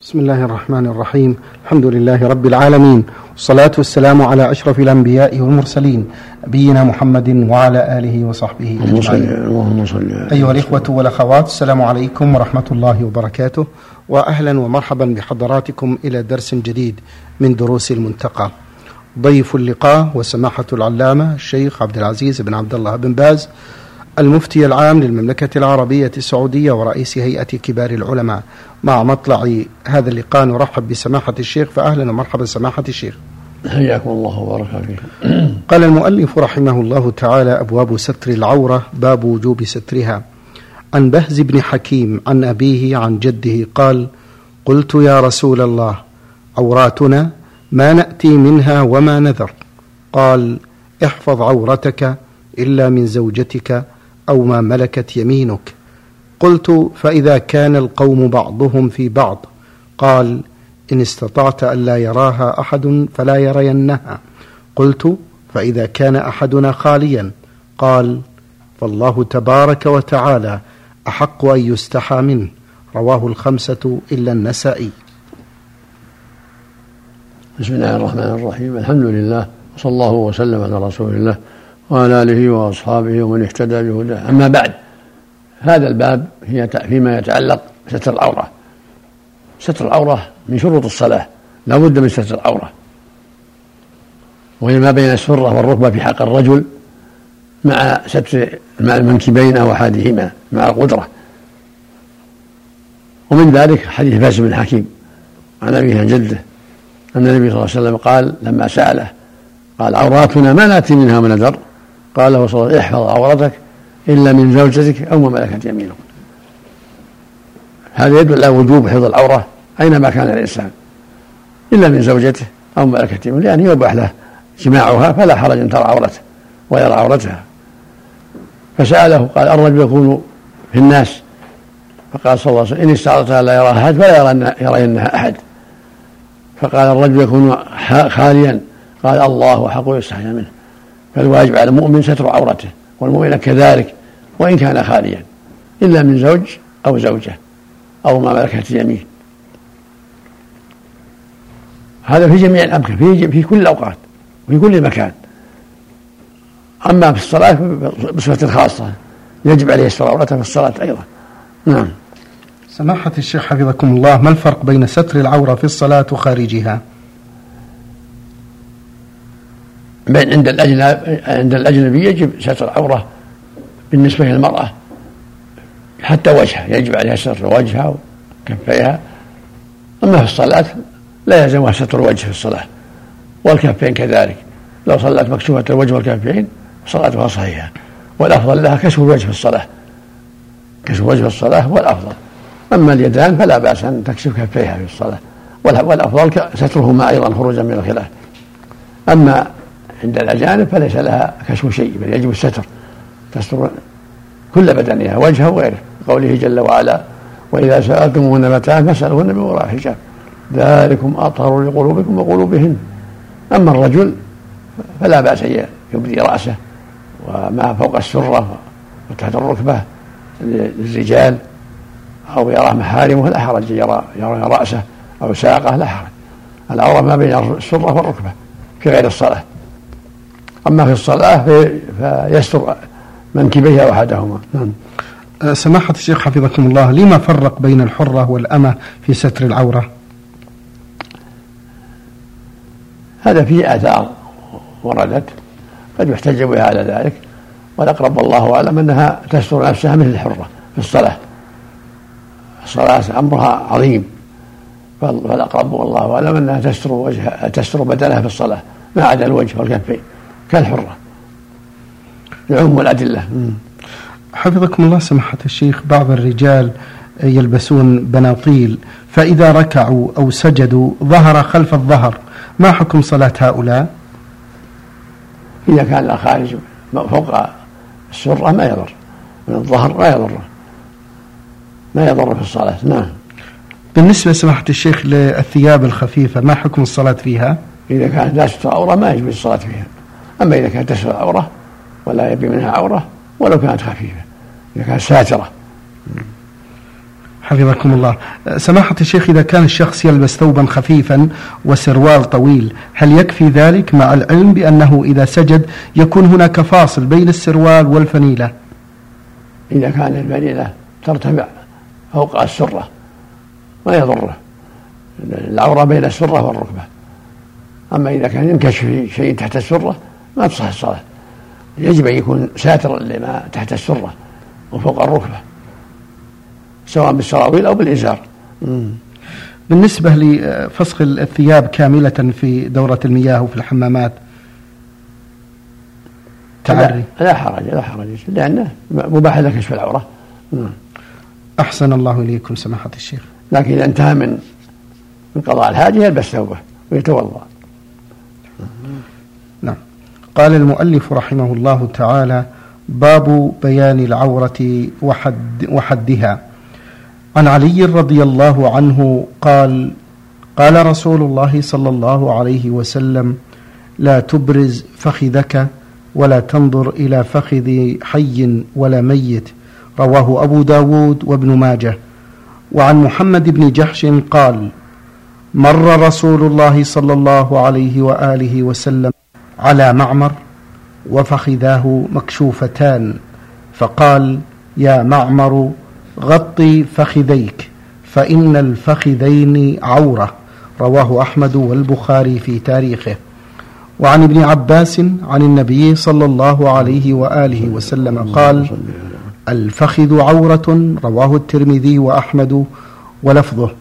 بسم الله الرحمن الرحيم. الحمد لله رب العالمين، والصلاة والسلام على أشرف الأنبياء والمرسلين، نبينا محمد وعلى آله وصحبه أجمعين. اللهم صل. أيها الإخوة والأخوات، السلام عليكم ورحمة الله وبركاته، وأهلا ومرحبا بحضراتكم إلى درس جديد من دروس المنتقى. ضيف اللقاء وسماحة العلامة الشيخ عبد العزيز بن عبد الله بن باز، المفتي العام للمملكة العربية السعودية ورئيس هيئة كبار العلماء. مع مطلع هذا اللقاء نرحب بسماحة الشيخ، فأهلا ومرحبا سماحة الشيخ. حياكم الله وبارك فيكم. قال المؤلف رحمه الله تعالى: أبواب ستر العورة، باب وجوب سترها. عن بهز بن حكيم عن أبيه عن جده قال: قلت يا رسول الله، عوراتنا ما نأتي منها وما نذر. قال: احفظ عورتك إلا من زوجتك أو ما ملكت يمينك. قلت: فإذا كان القوم بعضهم في بعض؟ قال: إن استطعت ألا يراها أحد فلا يرينها. قلت: فإذا كان أحدنا خاليا؟ قال: فالله تبارك وتعالى أحق أن يستحى منه. رواه الخمسة إلا النسائي. بسم الله الرحمن الرحيم. الحمد لله، وصلى الله وسلم على رسول الله وعلى آله وأصحابه ومن اهتدى بهداه. أما بعد، هذا الباب فيما يتعلق بستر العورة. ستر العورة من شروط الصلاة، لا بد من ستر العورة، وهي ما بين السرة والركبة في حق الرجل، مع ستر المنكبين أو أحدهما مع القدرة. ومن ذلك حديث بهز بن حكيم عن أبيه عن جده أن النبي صلى الله عليه وسلم قال لما سأله، قال: عوراتنا ما نأتي منها من نذر. قال له صلى الله عليه وسلم: احفظ عورتك إلا من زوجتك أو ما ملكت يمينك. هذا يدل على وجوب حفظ العورة أينما كان الإنسان، إلا من زوجته أو ما ملكت يمينه، لأن يباح له جماعها، فلا حرج أن ترى عورته ويرى عورتها. فسأله قال: الرجل يكون في الناس؟ فقال صلى الله عليه وسلم: إن استطعت لا يراها أحد فلا يرينها أحد. فقال: الرجل يكون خاليا؟ قال: الله حق يستحيى منه. فالواجب على المؤمن ستر عورته، والمؤمن كذلك وإن كان خاليا، إلا من زوج أو زوجة أو ما ملكت يمين. هذا في جميع الأمكنة، في كل الأوقات وفي كل مكان. أما في الصلاة بصفة خاصة يجب عليه ستر عورته في الصلاة أيضا. نعم. سماحة الشيخ حفظكم الله، ما الفرق بين ستر العورة في الصلاة وخارجها؟ عند الأجنبي يجب ستر العورة بالنسبة للمرأة، حتى وجهها يجب عليها ستر وجهها وكفيها. أما في الصلاة لا يلزمها ستر وجه في الصلاة، والكفين كذلك. لو صلت مكشوفة الوجه والكفين صلاتها صحيحة، والأفضل لها كشف الوجه في الصلاة، كشف الوجه في الصلاة هو الأفضل. أما اليدان فلا بأس أن تكشف كفيها في الصلاة، والأفضل سترهما أيضا خروجا من الخلاف. أما عند الأجانب فليس لها كشف شيء، بل يجب الستر، تستر كل بدنها وجهها وغيره، قوله جل وعلا: وإذا سألتموهن متاعا فاسألوهن من وراء حجاب ذلكم أطهر لقلوبكم وقلوبهن. أما الرجل فلا بأس أن يبدي رأسه وما فوق السرة وتحت الركبة للرجال، أو يرى محارمه لا حرج، يرى رأسه أو ساقه لا حرج. العورة ما بين السرة والركبة في غير الصلاة. أما في الصلاة فيستر منكبيه أو أحدهما. سماحة الشيخ حفظكم الله، لما فرق بين الحرة والأمة في ستر العورة؟ هذا فيه آثار وردت قد يحتج بها على ذلك، والأقرب والله أعلم أنها تستر نفسها مثل الحرة في الصلاة. الصلاة أمرها عظيم، فالأقرب والله أعلم أنها تستر بدنها في الصلاة ما عدا الوجه والكفين كالحرة، يعم الأدلة. حفظكم الله سماحة الشيخ، بعض الرجال يلبسون بناطيل، فإذا ركعوا أو سجدوا ظهر خلف الظهر، ما حكم صلاة هؤلاء؟ إذا كان الخارج فوق السرة ما يضر، من الظهر ما يضر في الصلاة. نعم. بالنسبة سماحة الشيخ للثياب الخفيفة، ما حكم الصلاة فيها؟ إذا كانت لا تستر عورة ما يجب الصلاة فيها. أما إذا كانت تستر عورة ولا يبي منها عورة ولو كانت خفيفة، إذا كانت ساترة. حفظكم الله. سماحة الشيخ، إذا كان الشخص يلبس ثوبا خفيفا وسروال طويل، هل يكفي ذلك مع العلم بأنه إذا سجد يكون هناك فاصل بين السروال والفنيلة؟ إذا كان الفنيلة ترتفع فوق السرة ما يضره، العورة بين السرة والركبة. أما إذا كان ينكشف شيء تحت السرة ما تصح الصلاة، يجب أن يكون ساترا لما تحت السرة وفوق الركبة سواء بالسراويل أو بالإزار. بالنسبة لفسخ الثياب كاملة في دورة المياه وفي الحمامات تعري؟ لا حرج لأنه مباح له كشف العورة. أحسن الله إليكم سماحة الشيخ. لكن إذا انتهى من قضاء الحاجة يلبس ثوبه ويتوضأ. نعم. قال المؤلف رحمه الله تعالى: باب بيان العورة وحدها. عن علي رضي الله عنه قال: قال رسول الله صلى الله عليه وسلم: لا تبرز فخذك ولا تنظر إلى فخذ حي ولا ميت. رواه أبو داود وابن ماجه. وعن محمد بن جحش قال: مر رسول الله صلى الله عليه وآله وسلم على معمر وفخذاه مكشوفتان، فقال: يا معمر غطي فخذيك فإن الفخذين عورة. رواه أحمد والبخاري في تاريخه. وعن ابن عباس عن النبي صلى الله عليه وآله وسلم قال: الفخذ عورة. رواه الترمذي وأحمد ولفظه: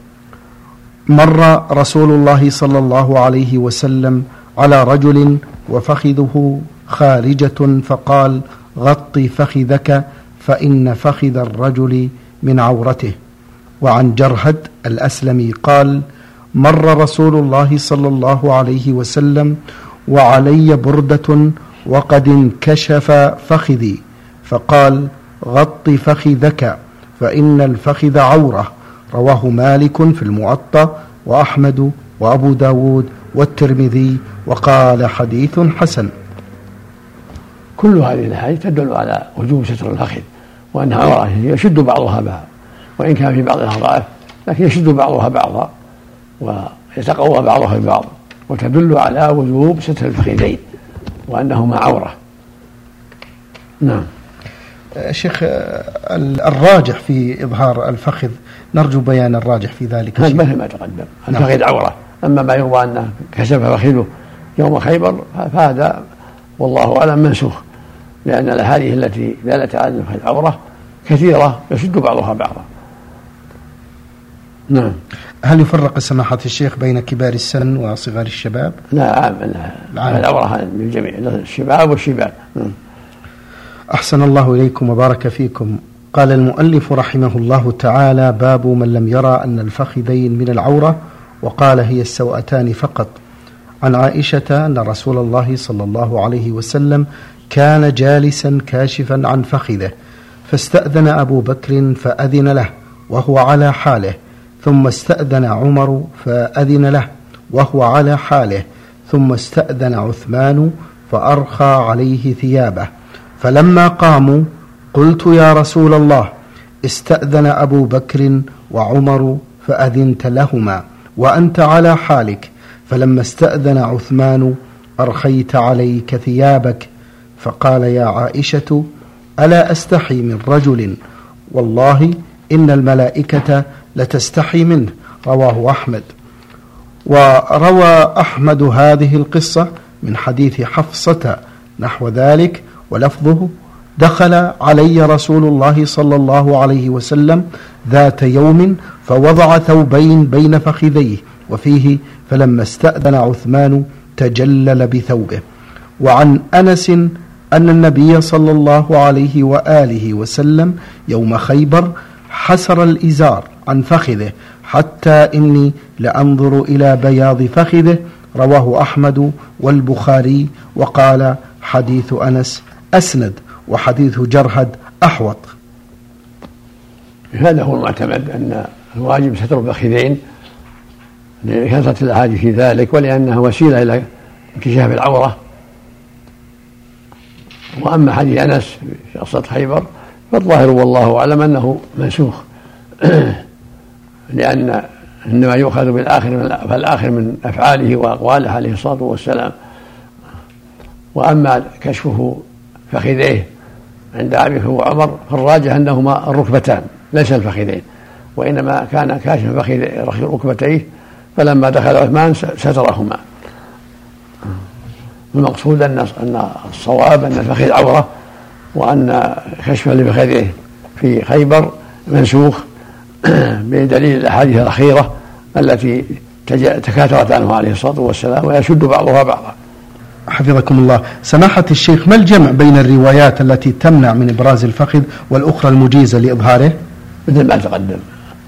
مر رسول الله صلى الله عليه وسلم على رجل وفخذه خارجة فقال: غط فخذك فإن فخذ الرجل من عورته. وعن جرهد الأسلمي قال: مر رسول الله صلى الله عليه وسلم وعلي بردة وقد انكشف فخذي فقال: غط فخذك فإن الفخذ عورة. رواه مالك في الموطأ وأحمد وأبو داود والترمذي وقال: حديث حسن. كل هذه الأحاديث تدل على وجوب ستر الفخذ وأنها عورة يشد بعضها بعض، وإن كان في بعضها ضعف لكن يشد بعضها بعضا ويتقوى بعضها ببعض، وتدل على وجوب ستر الفخذين وأنهما عورة. نعم. شيخ، الراجح في إظهار الفخذ نرجو بيان الراجح في ذلك. مثل ما تقدم، الفخذ عورة. أما ما يروى أنه كشف فخذه يوم خيبر فهذا والله أعلم منسوخ، لأن الأحاديث التي دلت على الفخذ عورة كثيرة يشد بعضها بعضا. نعم. هل يفرق سماحة الشيخ بين كبار السن وصغار الشباب؟ لا، العورة للجميع، الشباب والشباب. أحسن الله إليكم وبارك فيكم. قال المؤلف رحمه الله تعالى: باب من لم يرى أن الفخذين من العورة، وقال: هي السوأتان فقط. عن عائشة أن رسول الله صلى الله عليه وسلم كان جالسا كاشفا عن فخذه، فاستأذن أبو بكر فأذن له وهو على حاله، ثم استأذن عمر فأذن له وهو على حاله، ثم استأذن عثمان فأرخى عليه ثيابه. فلما قاموا قلت: يا رسول الله، استأذن أبو بكر وعمر فأذنت لهما وأنت على حالك، فلما استأذن عثمان أرخيت عليك ثيابك. فقال: يا عائشة، ألا أستحي من رجل؟ والله إن الملائكة لتستحي منه. رواه أحمد. وروى أحمد هذه القصة من حديث حفصة نحو ذلك، ولفظه: دخل علي رسول الله صلى الله عليه وسلم ذات يوم فوضع ثوبين بين فخذيه، وفيه: فلما استأذن عثمان تجلل بثوبه. وعن أنس أن النبي صلى الله عليه وآله وسلم يوم خيبر حسر الإزار عن فخذه حتى إني لأنظر إلى بياض فخذه. رواه أحمد والبخاري وقال: حديث أنس أسند، وحديث جرهد أحوط. هذا هو المعتمد، أن الواجب ستر الفخذين لكثرة الأحاديث في ذلك، ولأنها وسيلة إلى انكشاف العورة. وأما حديث أنس في قصة خيبر فالظاهر والله أعلم أنه منسوخ لأن إنما يؤخذ فالآخر من أفعاله وأقواله عليه الصلاة والسلام. وأما كشفه فخذيه عند أبي بكر وعمر فالراجح أنهما الركبتان ليس الفخذين، وإنما كان كاشف ركبتيه، فلما دخل عثمان سترهما. المقصود أن الصواب أن الفخذ عورة، وأن كشف لفخذيه في خيبر منسوخ بدليل الأحاديث الأخيرة التي تكاثرت عنه عليه الصلاة والسلام ويشد بعضها بعضا. حفظكم الله. سماحة الشيخ، ما الجمع بين الروايات التي تمنع من إبراز الفخذ والأخرى المجيزة لإظهاره؟ مثل ما تقدم،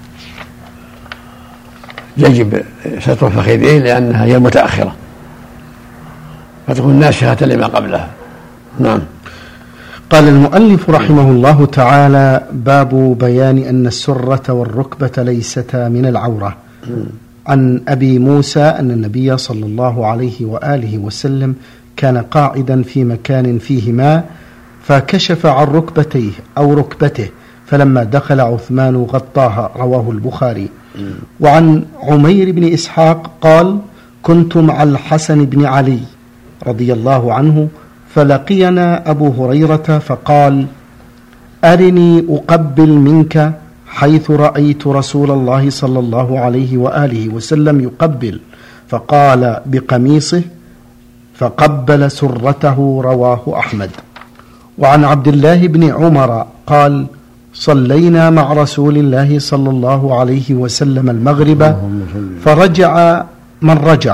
يجب ستر الفخذين لأنها هي المتأخرة فتكون ناسخة لما قبلها. نعم. قال المؤلف رحمه الله تعالى: باب بيان أن السرة والركبة ليستا من العورة. عن أبي موسى أن النبي صلى الله عليه وآله وسلم كان قاعدا في مكان فيه ماء فكشف عن ركبتيه أو ركبته، فلما دخل عثمان غطاها، رواه البخاري. وعن عمير بن إسحاق قال: كنت مع الحسن بن علي رضي الله عنه فلقينا أبو هريرة فقال: أرني أقبل منك حيث رأيت رسول الله صلى الله عليه وآله وسلم يقبل، فقال بقميصه فقبل سرته، رواه أحمد. وعن عبد الله بن عمر قال: صلينا مع رسول الله صلى الله عليه وسلم المغرب فرجع من رجع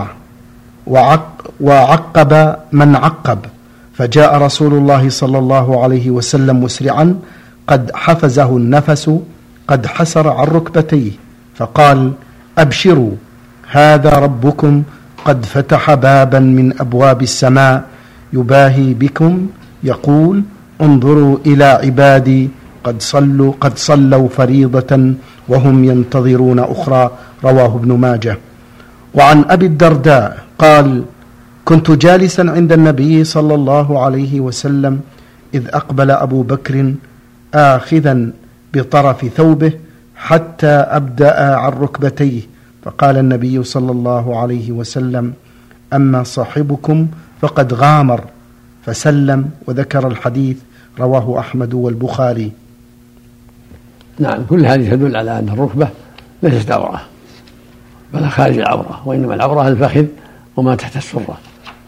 وعقب من عقب، فجاء رسول الله صلى الله عليه وسلم مسرعا قد حفزه النفس قد حسر عن ركبتيه، فقال: أبشروا، هذا ربكم قد فتح بابا من أبواب السماء يباهي بكم، يقول: انظروا إلى عبادي قد صلوا فريضة وهم ينتظرون أخرى، رواه ابن ماجه. وعن أبي الدرداء قال: كنت جالسا عند النبي صلى الله عليه وسلم إذ أقبل أبو بكر آخذا بطرف ثوبه حتى أبدأ عن ركبتيه، فقال النبي صلى الله عليه وسلم: أما صاحبكم فقد غامر، فسلم وذكر الحديث، رواه أحمد والبخاري. نعم، كل هذه تدل على أن الركبة ليست عورة بل خارج العورة، وإنما العورة الفخذ وما تحت السرة.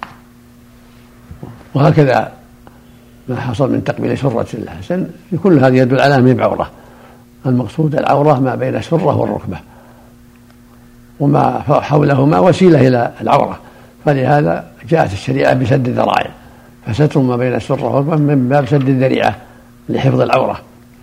وهكذا ما حصل من تقبيل سرة الحسن كل هذه يدل على أنها بعورة. المقصود العورة ما بين السرة والركبة، وما حولهما وسيلة إلى العورة، فلهذا جاءت الشريعة بسد الذرائع، فستر ما بين السرة والركبة من باب سد الذريعة لحفظ العورة.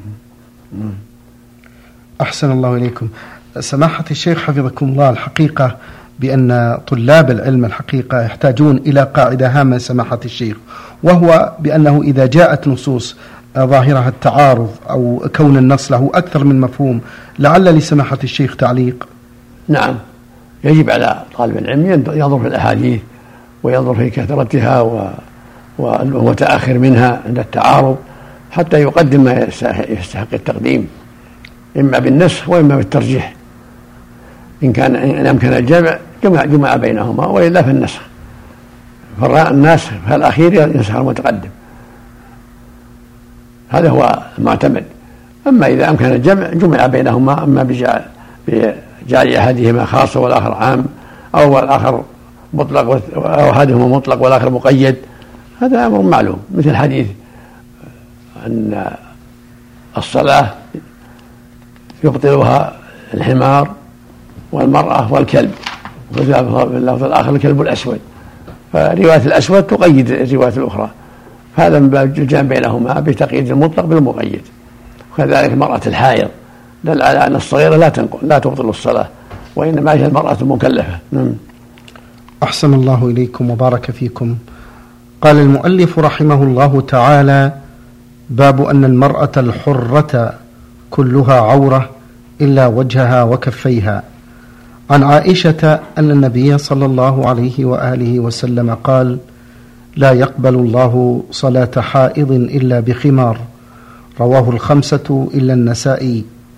أحسن الله إليكم. سماحة الشيخ حفظكم الله، الحقيقة بأن طلاب العلم الحقيقة يحتاجون إلى قاعدة هامة سماحة الشيخ، وهو بأنه إذا جاءت نصوص ظاهرها التعارض أو كون النص له أكثر من مفهوم، لعل لسماحة الشيخ تعليق. نعم، يجب على طالب العلم ينظر في الأحاديث وينظر في كثرتها ومتأخر منها عند التعارض حتى يقدم ما يستحق التقديم، إما بالنسخ وإما بالترجيح. إن أمكن الجمع جمع بينهما، وإلا في النسخ، فالناسخ فالأخير ينسخ المتقدم، هذا هو المعتمد. أما إذا أمكن الجمع جمع بينهما، أما بجعل أحدهما خاصة والآخر عام، أو الآخر مطلق أو أحدهما مطلق والآخر مقيد، هذا أمر معلوم. مثل حديث أن الصلاة يبطلها الحمار والمرأة والكلب، وفي اللفظ الآخر الكلب الأسود، فرواية الأسود تقيد الرواية الأخرى، هذا من باب الجمع بينهما بتقييد المطلق بالمقيد. وكذلك المرأة الحائض دل على أن الصغيرة لا تبطل الصلاة، وإنما هي المرأة المكلفة. أحسن الله إليكم وبارك فيكم. قال المؤلف رحمه الله تعالى: باب أن المرأة الحرة كلها عورة إلا وجهها وكفيها. عن عائشة أن النبي صلى الله عليه وآله وسلم قال: لا يقبل الله صلاة حائض إلا بخمار، رواه الخمسة إلا النسائي.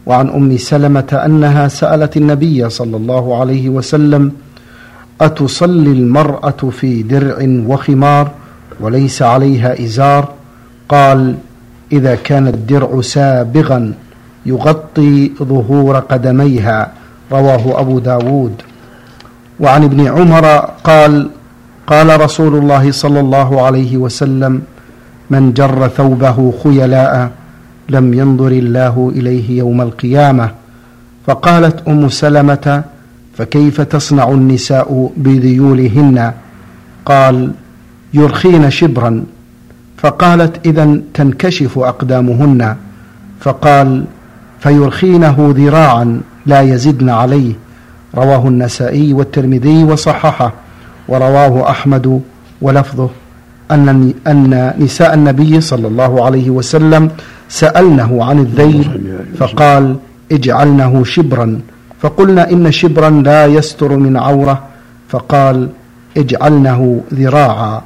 وعن أم سلمة أنها سألت النبي صلى الله عليه وسلم: أتصلي المرأة في درع وخمار وليس عليها إزار؟ قال: إذا كان الدرع سابغا يغطي ظهور قدميها. رواه أبو داود. وعن ابن عمر قال: قال رسول الله صلى الله عليه وسلم: من جر ثوبه خيلاء لم ينظر الله إليه يوم القيامة. فقالت أم سلمة: فكيف تصنع النساء بذيولهن؟ قال: يرخين شبرا. فقالت: إذن تنكشف أقدامهن. فقال: فيرخينه ذراعا لا يزدن عليه. رواه النسائي والترمذي وصححه. ورواه أحمد ولفظه أن نساء النبي صلى الله عليه وسلم سألنه عن الذيل فقال: اجعلنه شبرا. فقلنا: إن شبرا لا يستر من عورة. فقال: اجعلنه ذراعا.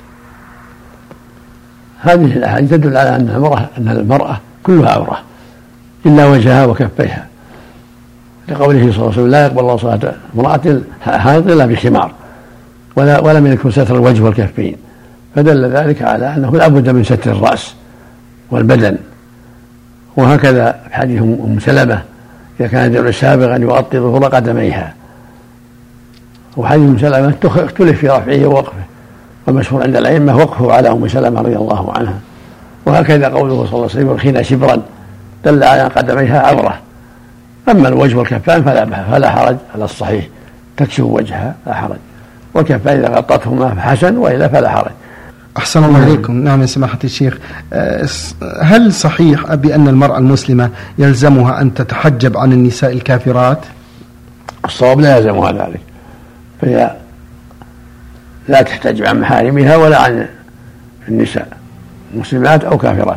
هذه الأحاديث تدل على أن المرأة كلها عورة إلا وجهها وكفيها، لقوله صلى الله عليه وسلم: لا يقبل الله صلاة امرأة حائض إلا بخمار، ولم يكن ستر الوجه والكفين، فدل ذلك على أنه لا بد من ستر الرأس والبدن. وهكذا في حديث أم سلمة: إذا كان الدرع سابغا يغطي ظهور قدميها. وحديث أم سلمة اختلف في رفعه ووقفه، والمشهور عند الأئمة وقفه على أم سلمة رضي الله عنها. وهكذا قوله صلى الله عليه وسلم: يرخين شبرا، دل على قدميها عورة. أما الوجه والكفان فلا حرج على الصحيح، تكشف وجهها لا حرج، والكفان إذا غطتهما فحسن، وإلا فلا حرج. أحسن الله إليكم. نعم يا سماحة الشيخ، هل صحيح بأن المرأة المسلمة يلزمها أن تتحجب عن النساء الكافرات؟ الصواب لا يلزمها ذلك، فهي لا تحتجب عن محارمها ولا عن النساء مسلمات أو كافرات.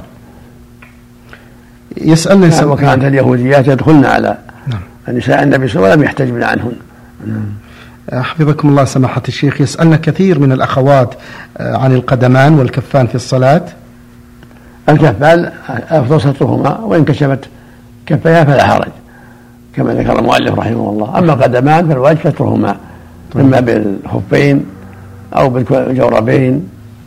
يسألنا وكانت اليهوديات يدخلن على النساء النبي صلى الله عليه وسلم ولم يحتجبن عنهن. حفظكم الله سماحة الشيخ، يسألنا كثير من الأخوات عن القدمان والكفان في الصلاة. الكفان أفضل سترهما، وإن كشفت كفيها فلا حرج كما ذكر المؤلف رحمه الله. أما القدمان فالواجب سترهما، إما بالخفين أو بالجوربين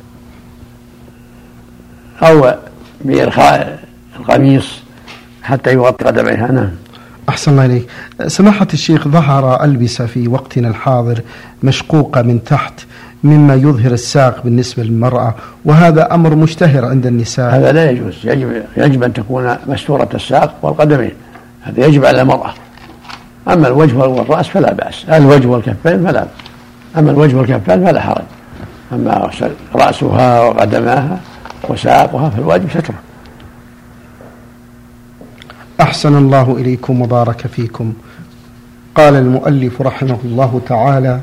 أو بإرخاء القميص حتى يغطي قدميها. نعم. أحسن الله إليك سماحة الشيخ، ظهر ألبسة في وقتنا الحاضر مشقوقة من تحت مما يظهر الساق بالنسبة للمرأة، وهذا أمر مشتهر عند النساء. هذا لا يجوز، يجب أن تكون مستورة الساق والقدمين، هذا يجب على المرأة. أما الوجه والرأس فلا بأس، الوجه والكفين فلا بأس. أما الوجه والكفين فلا حرج. أما رأسها وقدماها وساقها فالواجب ستره. أحسن الله إليكم وبارك فيكم. قال المؤلف رحمه الله تعالى: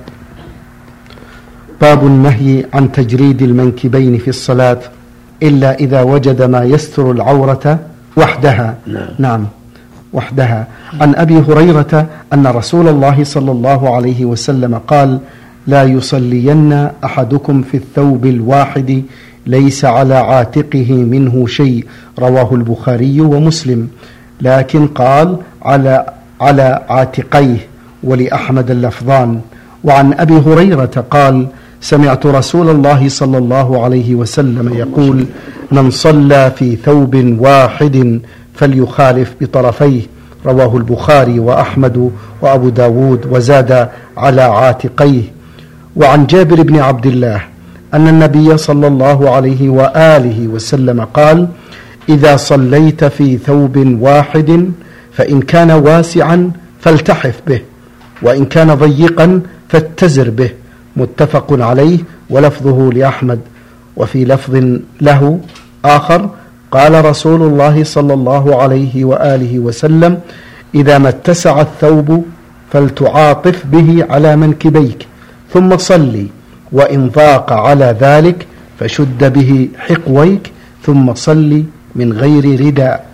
باب النهي عن تجريد المنكبين في الصلاة إلا إذا وجد ما يستر العورة وحدها. نعم وحدها. عن أبي هريرة أن رسول الله صلى الله عليه وسلم قال: لا يصلين أحدكم في الثوب الواحد ليس على عاتقه منه شيء. رواه البخاري ومسلم، لكن قال على عاتقيه، ولأحمد اللفظان. وعن أبي هريرة قال: سمعت رسول الله صلى الله عليه وسلم يقول: من صلى في ثوب واحد فليخالف بطرفيه. رواه البخاري وأحمد وأبو داود، وزاد على عاتقيه. وعن جابر بن عبد الله أن النبي صلى الله عليه وآله وسلم قال: إذا صليت في ثوب واحد فإن كان واسعا فالتحف به، وإن كان ضيقا فاتزر به. متفق عليه، ولفظه لأحمد. وفي لفظ له آخر قال رسول الله صلى الله عليه وآله وسلم: إذا ما اتسع الثوب فلتعاطف به على منكبيك ثم صلي، وإن ضاق على ذلك فشد به حقويك ثم صلي من غير رداء.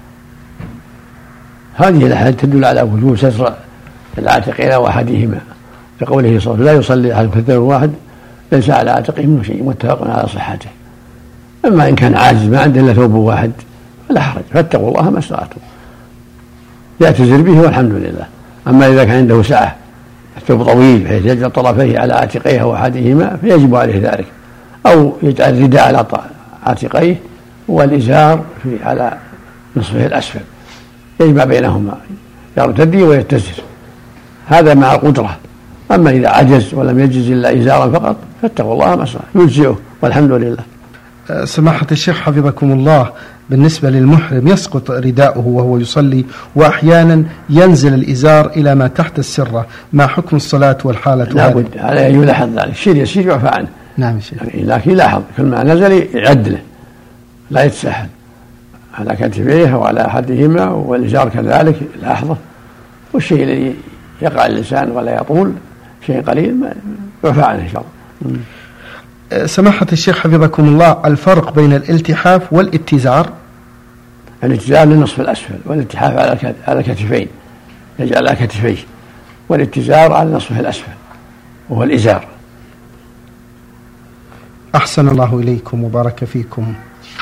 هذه الأحاديث تدل على وجوب ستر العاتقين وأحدهما، لقوله صلى الله عليه وسلم: لا يصلي أحد في ثوب واحد ليس على عاتقه منه شيء. متفق على صحته. أما إن كان عاجز ما عنده إلا ثوب واحد فلا حرج، فاتقوا الله ما استطعتم. يعتذر به والحمد لله. أما إذا كان عنده سعة الثوب طويل بحيث يجعل طرفيه على عاتقيه أو أحدهما فيجب عليه ذلك، أو يجعل الرداء على عاتقيه والإزار على نصفه الأسفل، يجمع بينهما، يرتدي ويتزر، هذا مع القدرة. أما إذا عجز ولم يجز إلا إزارا فقط فاتقوا الله ما شاء يجزئه والحمد لله. سماحة الشيخ حفظكم الله، بالنسبة للمحرم يسقط رداؤه وهو يصلي، وأحيانا ينزل الإزار إلى ما تحت السرة، ما حكم الصلاة والحالة؟ لابد عليه يلاحظ ذلك، شيء يسير يعفى عنه. نعم شيخ. لكن يلاحظ كل ما نزل يعدله، لا يتساهل على كتفيه وعلى أحدهما، والإزار كذلك يلاحظه، والشيء الذي يقع اللسان ولا يطول شيء قليل يعفى عنه إن شاء الله. سماحة الشيخ حفظكم الله، الفرق بين الالتحاف والاتزار؟ الاتزار للنصف الأسفل، والالتحاف على الكتفين، يجعل على كتفيه، والاتزار على نصفه الأسفل وهو الإزار. أحسن الله إليكم وبارك فيكم.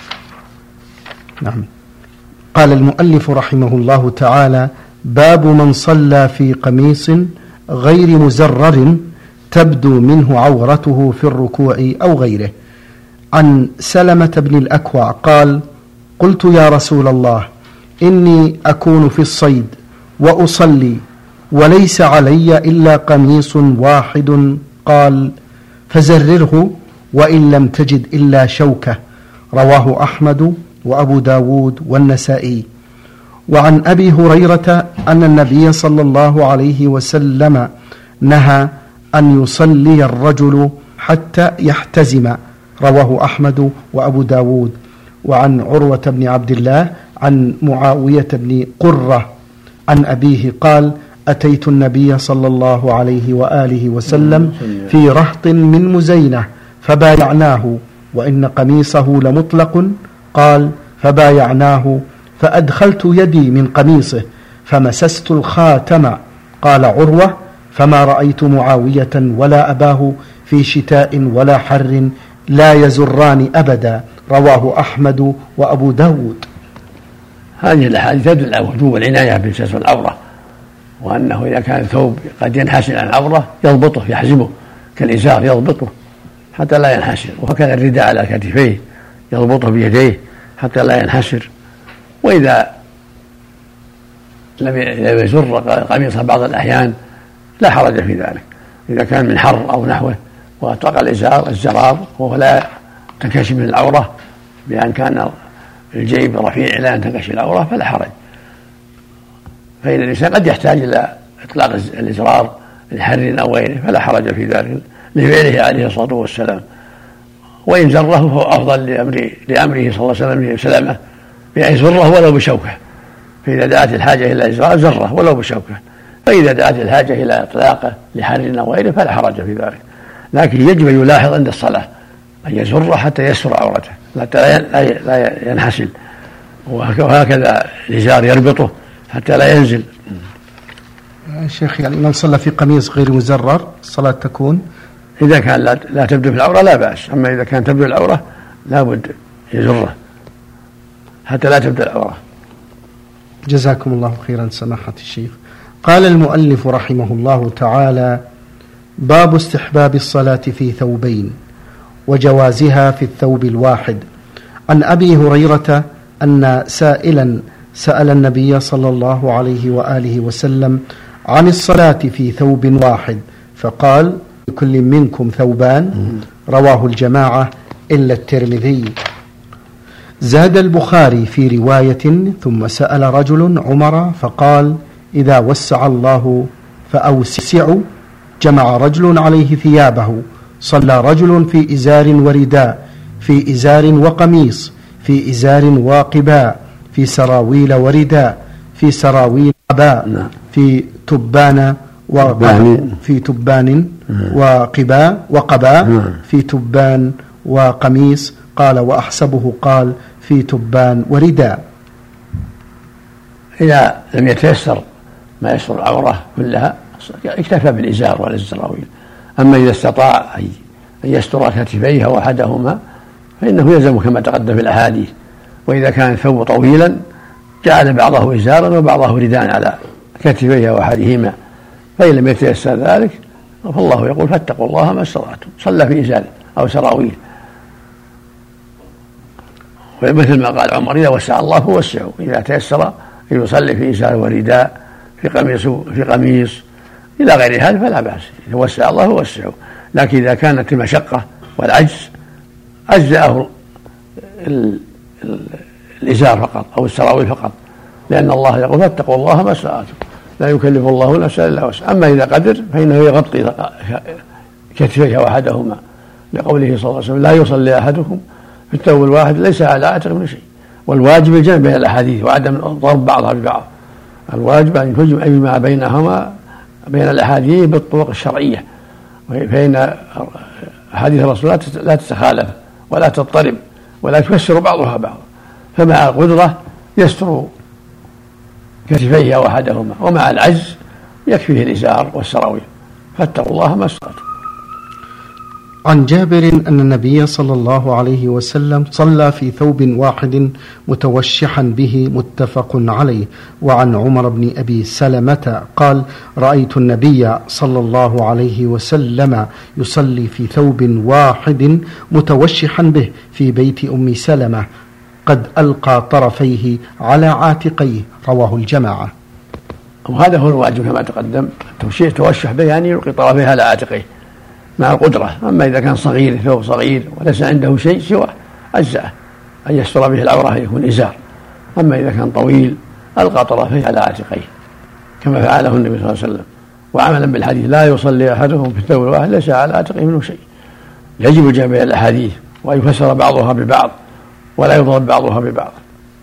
نعم. قال المؤلف رحمه الله تعالى: باب من صلى في قميص غير مزرر تبدو منه عورته في الركوع أو غيره. عن سلمة بن الأكوع قال: قلت يا رسول الله إني أكون في الصيد وأصلي وليس علي إلا قميص واحد، قال: فزرره وإن لم تجد إلا شوكة. رواه أحمد وأبو داود والنسائي. وعن أبي هريرة أن النبي صلى الله عليه وسلم نهى أن يصلي الرجل حتى يحتزم. رواه أحمد وأبو داود. وعن عروة بن عبد الله عن معاوية بن قرة عن أبيه قال: أتيت النبي صلى الله عليه وآله وسلم في رهط من مزينة فبايعناه وإن قميصه لمطلق، قال: فبايعناه فأدخلت يدي من قميصه فمسست الخاتم. قال عروة: فما رأيت معاوية ولا أباه في شتاء ولا حر لا يزران أبدا. رواه أحمد وأبو داود. هذه الأحاديث تدل على وجوب العناية بستر العورة، وأنه إذا كان الثوب قد ينحسر عن العورة يضبطه يحزمه كالإزار، يضبطه حتى لا ينحسر، وهكذا الرداء على كتفيه يضبطه بيديه حتى لا ينحسر. وإذا لم يزر قميصا بعض الأحيان لا حرج في ذلك، إذا كان من حر أو نحوه وأطلق الزرار وهو لا تنكشف من العورة، بأن كان الجيب رفيع إلى أن تنكشف العورة فلا حرج. فإن الإنسان قد يحتاج إلى إطلاق الإزرار لحر أو غيره فلا حرج في ذلك لفعله عليه الصلاة والسلام. وإن زره فهو أفضل لأمره صلى الله عليه وسلم بأن يزره ولو بشوكة، فإذا دعت الحاجة إلى إزرار زره ولو بشوكة، فإذا دعت الحاجة إلى إطلاقه لحر أو غيره فلا حرج في ذلك. لكن يجب أن يلاحظ عند الصلاة أن يزر حتى يستر عورته حتى لا ينحسل، وهكذا الإزار يربطه حتى لا ينزل. شيخ، يعني من صلى في قميص غير مزرر الصلاة تكون؟ إذا كان لا تبدو في العورة لا بأس، أما إذا كان تبدو العورة لا بد يزره حتى لا تبدو العورة. جزاكم الله خيرا سماحة الشيخ. قال المؤلف رحمه الله تعالى: باب استحباب الصلاة في ثوبين وجوازها في الثوب الواحد. عن أبي هريرة أن سائلا سأل النبي صلى الله عليه وآله وسلم عن الصلاة في ثوب واحد، فقال: لكل منكم ثوبان. رواه الجماعة إلا الترمذي. زاد البخاري في رواية: ثم سأل رجل عمر فقال: إذا وسع الله فأوسعوا. جمع رجل عليه ثيابه، صلى رجل في إزار ورداء، في إزار وقميص، في إزار وقباء، في سراويل ورداء، في سراويل قباء، في تبان وقباء، في تبان وقميص. قال: وأحسبه قال: في تبان ورداء. إذا لم يتيسر ما يستر العورة كلها اكتفى بالإزار ولا السراويل. أما إذا استطاع أن يستر كتفيه أو أحدهما فإنه يلزم كما تقدم في الأحاديث. وإذا كان الثوب طويلا جعل بعضه إزارا وبعضه رداء على كتفيه وأحدهما، فإن لم يتيسر ذلك فالله يقول فاتقوا الله ما استطعتم، صلى في إزار أو سراويل. ومثل ما قال عمر إذا وسع الله فوسعوا، إذا تيسر أن يصلي في إزار ورداء في قميص إلى غير هذا فلا بأس، إذا وسع الله فوسعوا. لكن إذا كانت المشقة والعجز أجزأه الإزار فقط أو السراويل فقط، لأن الله يقول فاتقوا الله ما استطعتم، لا يكلف الله نفسا إلا وسعها. أما إذا قدر فإنه يغطي كتفيه وأحدهما، لقوله صلى الله عليه وسلم لا يصلي أحدكم في الثوب الواحد ليس على عاتق من شيء. والواجب الجمع بين الأحاديث وعدم ضرب بعضها ببعض، الواجب أن يجمع بينهما بين الأحاديث بالطرق الشرعية، فإن أحاديث الرسول لا تتخالف ولا تضطرب ولا تفسر بعضها بعضا، فمع القدرة يستر كتفيه أو أحدهما، ومع العجز يكفيه الإزار والسراويل، فاتقوا الله ما استطعتم. عن جابر أن النبي صلى الله عليه وسلم صلى في ثوب واحد متوشحا به، متفق عليه. وعن عمر بن أبي سلمة قال رأيت النبي صلى الله عليه وسلم يصلي في ثوب واحد متوشحا به في بيت أم سلمة قد ألقى طرفيه على عاتقيه، رواه الجماعة. وهذا هو الواجب كما تقدم، توشح به يعني يلقي طرفيه على عاتقيه مع القدرة. أما إذا كان صغير ثوب صغير وليس عنده شيء سواه أجزأه أن يستر به العورة يكون إزار. أما إذا كان طويل ألقى طرفيه على عاتقيه كما فعله النبي صلى الله عليه وسلم. وعملا بالحديث لا يصلي أحدهم في الثوب الواحد ليس على عاتقه منه شيء، يجب الجمع بين الأحاديث ويفسر بعضها ببعض ولا يضرب بعضها ببعض.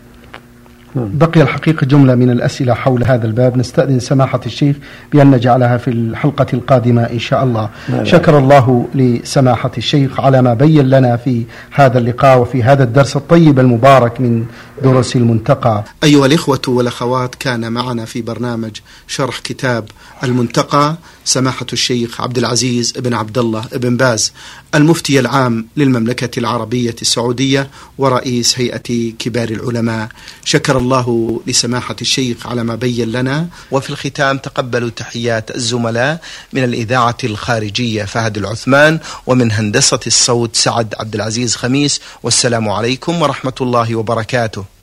بقي الحقيقة جملة من الأسئلة حول هذا الباب، نستأذن سماحة الشيخ بأن نجعلها في الحلقة القادمة إن شاء الله. شكر الله لسماحة الشيخ على ما بين لنا في هذا اللقاء وفي هذا الدرس الطيب المبارك من دروس المنتقى. أيها الإخوة والأخوات، كان معنا في برنامج شرح كتاب المنتقى سماحة الشيخ عبد العزيز بن عبد الله بن باز، المفتي العام للمملكة العربية السعودية ورئيس هيئة كبار العلماء. شكر الله لسماحة الشيخ على ما بين لنا. وفي الختام تقبلوا تحيات الزملاء من الإذاعة الخارجية فهد العثمان، ومن هندسة الصوت سعد عبد العزيز خميس، والسلام عليكم ورحمة الله وبركاته.